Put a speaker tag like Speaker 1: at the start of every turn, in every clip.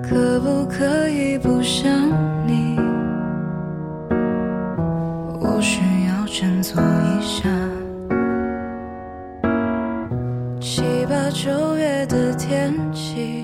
Speaker 1: 可不可以不想你？我需要振作一下。7、8、9月的天气，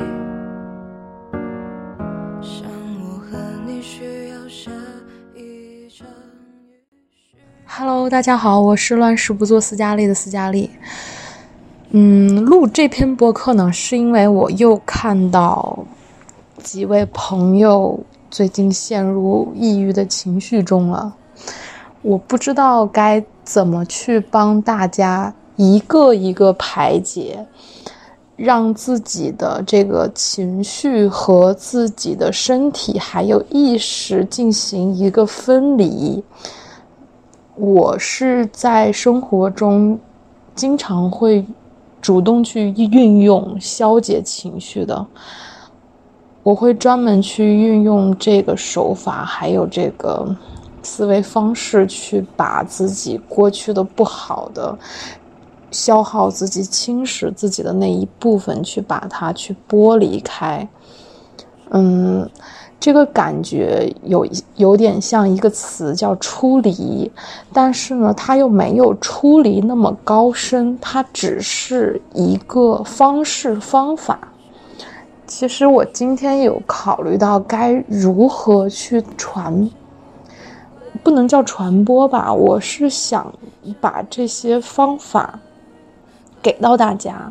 Speaker 1: 像我和你需要下一场雨。
Speaker 2: Hello， 大家好，我是乱世不做斯嘉丽的斯嘉丽。录这篇播客呢，是因为我又看到几位朋友最近陷入抑郁的情绪中了。我不知道该怎么去帮大家一个一个排解，让自己的这个情绪和自己的身体还有意识进行一个分离。我是在生活中经常会主动去运用消解情绪的，我会专门去运用这个手法还有这个思维方式，去把自己过去的不好的消耗自己侵蚀自己的那一部分去把它去剥离开。这个感觉有点像一个词叫出离，但是呢它又没有出离那么高深，它只是一个方式方法。其实我今天有考虑到该如何去不能叫传播吧，我是想把这些方法给到大家。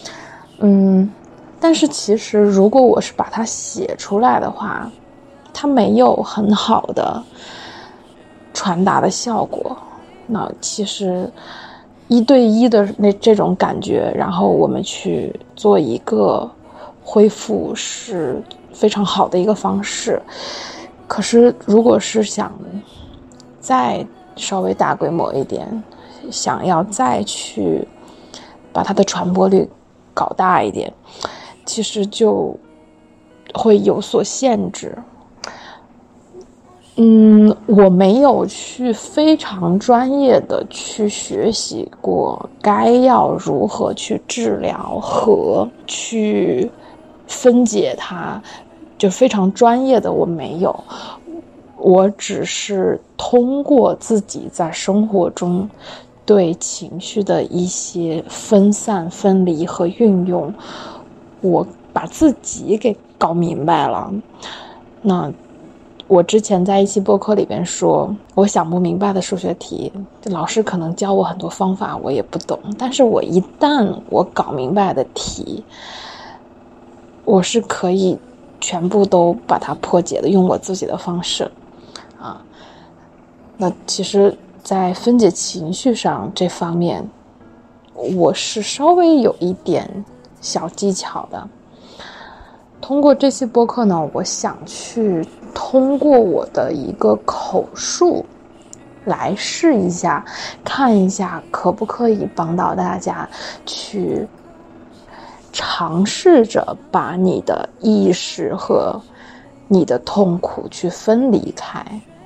Speaker 2: 但是其实如果我是把它写出来的话，它没有很好的传达的效果。那其实1对1的这种感觉，然后我们去做一个恢复是非常好的一个方式。可是如果是想再稍微大规模一点，想要再去把它的传播率搞大一点，其实就会有所限制。我没有去非常专业的去学习过该要如何去治疗和去分解它，就非常专业的我没有。我只是通过自己在生活中对情绪的一些分散、分离和运用，我把自己给搞明白了。那我之前在一期播客里边说，我想不明白的数学题，老师可能教我很多方法我也不懂，但是我一旦我搞明白的题，我是可以全部都把它破解的，用我自己的方式啊。那其实在分解情绪上这方面，我是稍微有一点小技巧的。通过这期播客呢，我想去通过我的一个口述来试一下，看一下可不可以帮到大家去尝试着把你的意识和你的痛苦去分离开。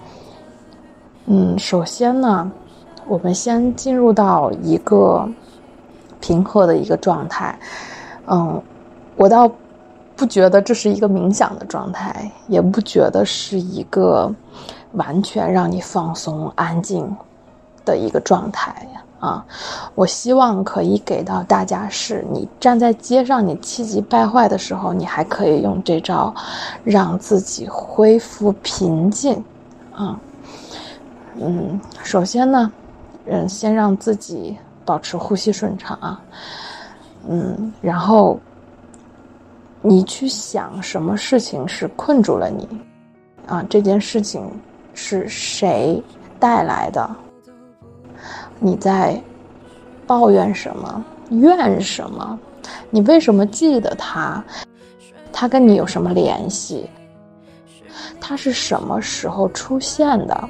Speaker 2: 首先呢，我们先进入到一个平和的一个状态。我倒不觉得这是一个冥想的状态，也不觉得是一个完全让你放松安静的一个状态啊。我希望可以给到大家是，你站在街上你气急败坏的时候，你还可以用这招让自己恢复平静啊。首先呢，先让自己保持呼吸顺畅啊。然后你去想什么事情是困住了你啊？这件事情是谁带来的？你在抱怨什么？怨什么？你为什么记得它？它跟你有什么联系？它是什么时候出现的？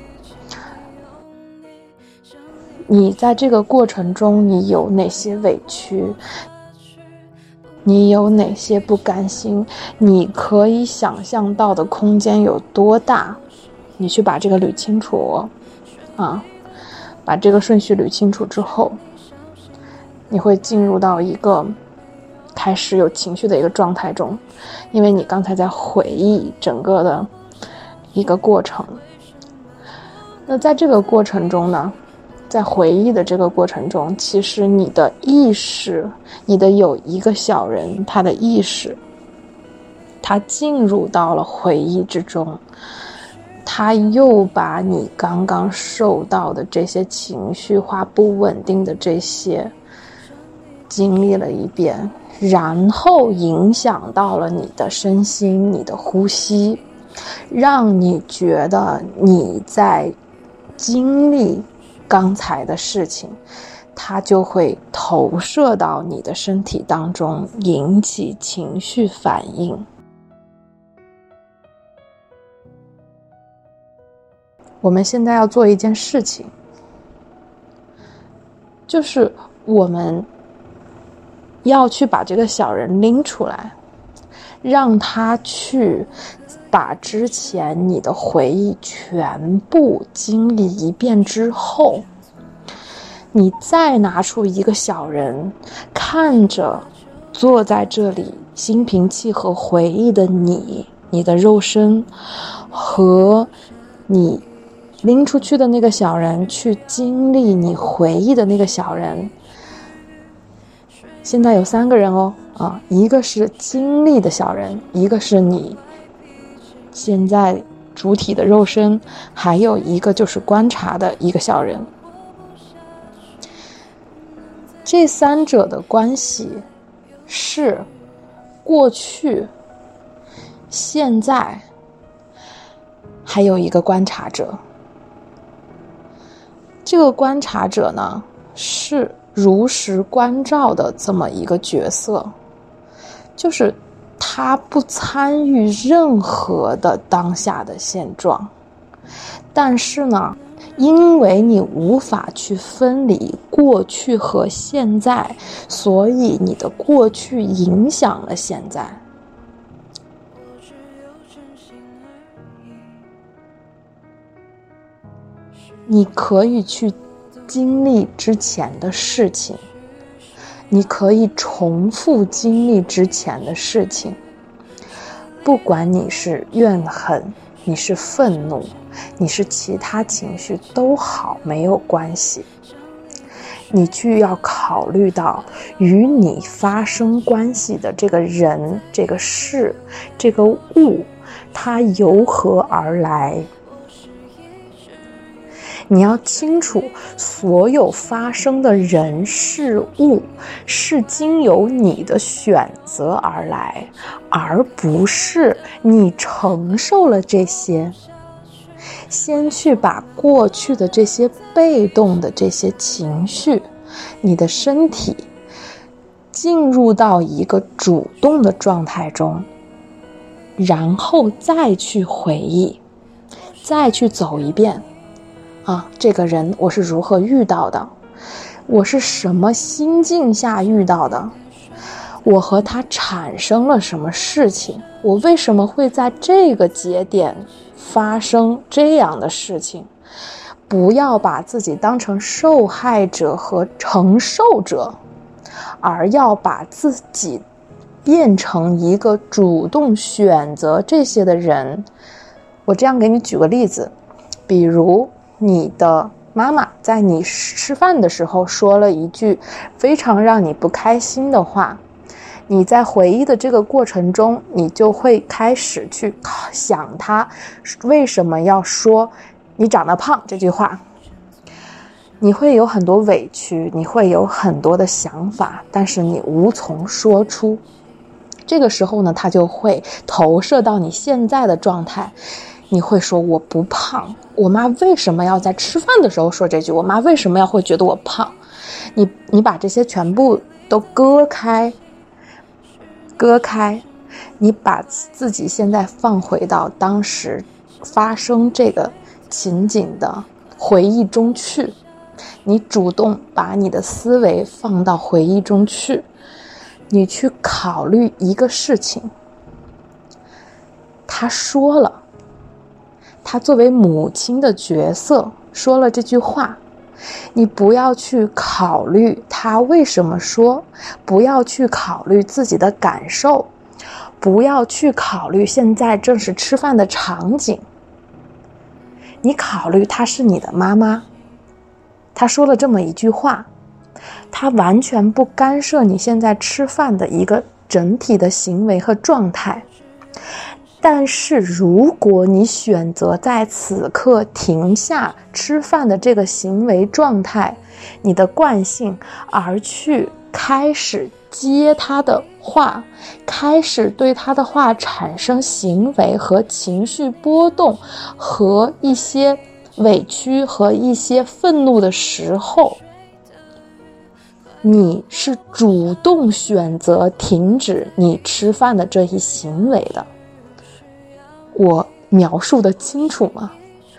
Speaker 2: 你在这个过程中，你有哪些委屈？你有哪些不甘心？你可以想象到的空间有多大？你去把这个捋清楚啊，把这个顺序捋清楚之后，你会进入到一个开始有情绪的一个状态中，因为你刚才在回忆整个的一个过程。那在这个过程中呢，在回忆的这个过程中，其实你的意识，你的有一个小人，他的意识，他进入到了回忆之中，他又把你刚刚受到的这些情绪化不稳定的这些经历了一遍，然后影响到了你的身心，你的呼吸，让你觉得你在经历刚才的事情，它就会投射到你的身体当中，引起情绪反应。我们现在要做一件事情，就是我们要去把这个小人拎出来，让他去把之前你的回忆全部经历一遍之后，你再拿出一个小人，看着坐在这里心平气和回忆的你，你的肉身和你拎出去的那个小人去经历你回忆的那个小人。现在有3个人哦，一个是经历的小人，一个是你现在主体的肉身，还有一个就是观察的一个小人。这3者的关系是过去、现在，还有一个观察者。这个观察者呢，是如实观照的这么一个角色，就是他不参与任何的当下的现状，但是呢，因为你无法去分离过去和现在，所以你的过去影响了现在。你可以去经历之前的事情，你可以重复经历之前的事情，不管你是怨恨，你是愤怒，你是其他情绪都好，没有关系。你去要考虑到与你发生关系的这个人、这个事、这个物，它由何而来。你要清楚，所有发生的人事物是经由你的选择而来，而不是你承受了这些。先去把过去的这些被动的这些情绪，你的身体进入到一个主动的状态中，然后再去回忆，再去走一遍这个人我是如何遇到的，我是什么心境下遇到的，我和他产生了什么事情，我为什么会在这个节点发生这样的事情。不要把自己当成受害者和承受者，而要把自己变成一个主动选择这些的人。我这样给你举个例子，比如你的妈妈在你吃饭的时候说了一句非常让你不开心的话，你在回忆的这个过程中，你就会开始去想她为什么要说你长得胖这句话，你会有很多委屈，你会有很多的想法，但是你无从说出。这个时候呢，它就会投射到你现在的状态，你会说我不胖，我妈为什么要在吃饭的时候说这句，我妈为什么要会觉得我胖。你把这些全部都割开，你把自己现在放回到当时发生这个情景的回忆中去，你主动把你的思维放到回忆中去，你去考虑一个事情，他说了，他作为母亲的角色说了这句话，你不要去考虑他他为什么说不要去考虑自己的感受，不要去考虑现在正是吃饭的场景。你考虑她是你的妈妈，她说了这么一句话，她完全不干涉你现在吃饭的一个整体的行为和状态。但是如果你选择在此刻停下吃饭的这个行为状态，你的惯性，而去开始接他的话，开始对他的话产生行为和情绪波动和一些委屈和一些愤怒的时候，你是主动选择停止你吃饭的这一行为的。我描述的清楚吗？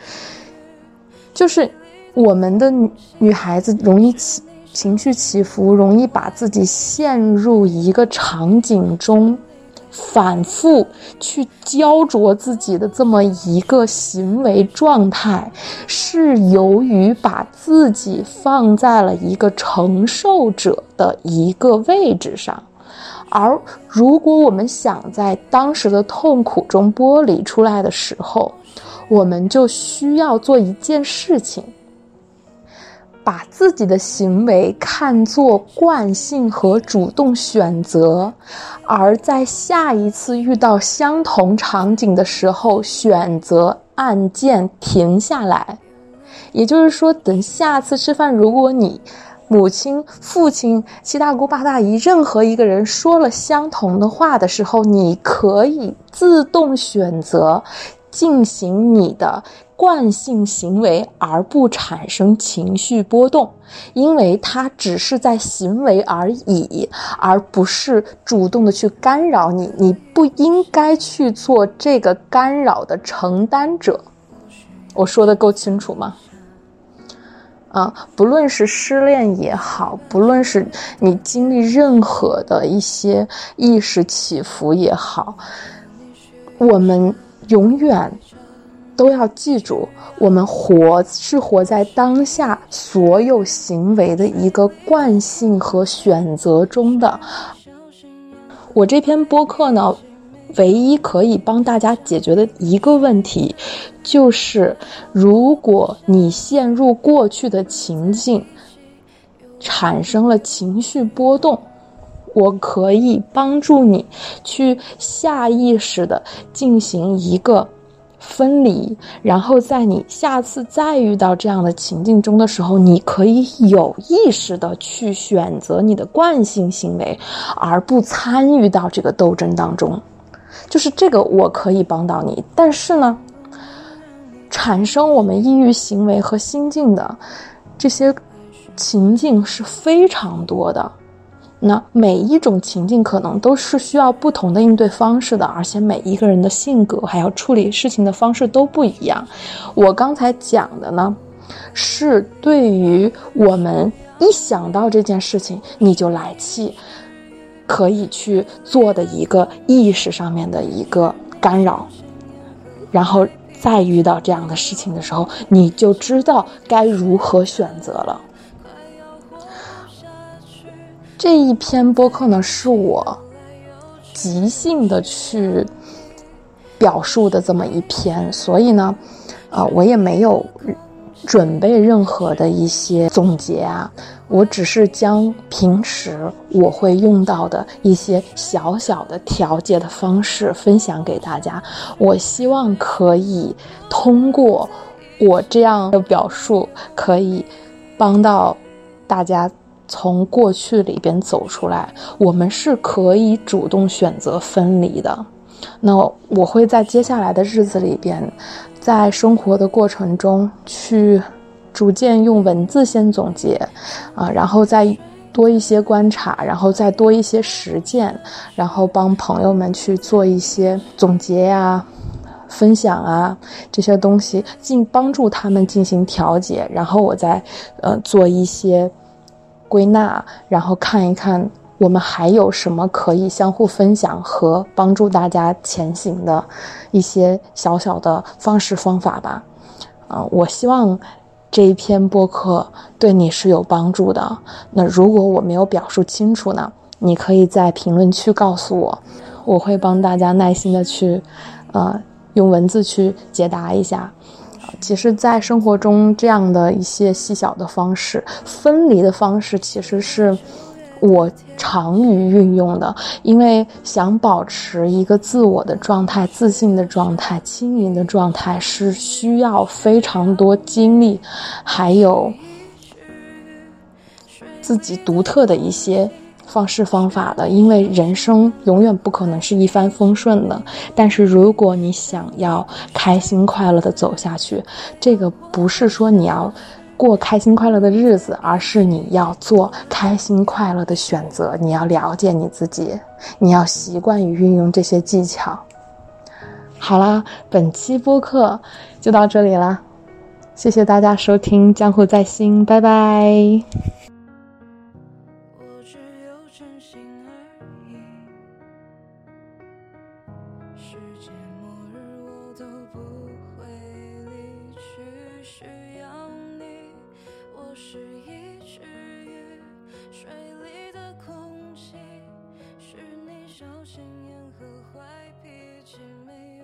Speaker 2: 就是我们的女孩子容易情绪起伏，容易把自己陷入一个场景中，反复去焦灼自己的这么一个行为状态，是由于把自己放在了一个承受者的一个位置上。而如果我们想在当时的痛苦中剥离出来的时候，我们就需要做一件事情，把自己的行为看作惯性和主动选择，而在下一次遇到相同场景的时候选择按键停下来。也就是说，等下次吃饭，如果你母亲、父亲、七大姑八大姨任何一个人说了相同的话的时候，你可以自动选择进行你的惯性行为，而不产生情绪波动，因为它只是在行为而已，而不是主动的去干扰你，你不应该去做这个干扰的承担者。我说的够清楚吗？不论是失恋也好，不论是你经历任何的一些意识起伏也好，我们永远都要记住，我们是活在当下所有行为的一个惯性和选择中的。我这篇播客呢，唯一可以帮大家解决的一个问题，就是如果你陷入过去的情境，产生了情绪波动，我可以帮助你去下意识的进行一个分离，然后在你下次再遇到这样的情境中的时候，你可以有意识的去选择你的惯性行为，而不参与到这个斗争当中。就是这个我可以帮到你，但是呢，产生我们抑郁行为和心境的这些情境是非常多的，那每一种情境可能都是需要不同的应对方式的，而且每一个人的性格还有处理事情的方式都不一样。我刚才讲的呢，是对于我们一想到这件事情你就来气，可以去做的一个意识上面的一个干扰，然后再遇到这样的事情的时候，你就知道该如何选择了。这一篇播客呢，是我即兴的去表述的这么一篇，所以呢，我也没有准备任何的一些总结啊，我只是将平时我会用到的一些小小的调节的方式分享给大家。我希望可以通过我这样的表述，可以帮到大家从过去里边走出来。我们是可以主动选择分离的。那我会在接下来的日子里边，在生活的过程中去逐渐用文字先总结，然后再多一些观察，然后再多一些实践，然后帮朋友们去做一些总结呀、分享啊，这些东西帮助他们进行调节，然后我再做一些归纳，然后看一看我们还有什么可以相互分享和帮助大家前行的一些小小的方式方法吧。我希望这一篇播客对你是有帮助的。那如果我没有表述清楚呢，你可以在评论区告诉我，我会帮大家耐心的去用文字去解答一下。其实在生活中这样的一些细小的方式，分离的方式，其实是我常于运用的，因为想保持一个自我的状态、自信的状态、轻盈的状态，是需要非常多精力还有自己独特的一些方式方法的。因为人生永远不可能是一帆风顺的，但是如果你想要开心快乐的走下去，这个不是说你要过开心快乐的日子，而是你要做开心快乐的选择，你要了解你自己，你要习惯于运用这些技巧。好啦，本期播客就到这里啦，谢谢大家收听江湖在心，拜拜。
Speaker 1: 我只有真心而已，世界末日我都不会离去，需要你。我是一只鱼，水里的空气是你小心眼和坏脾气，没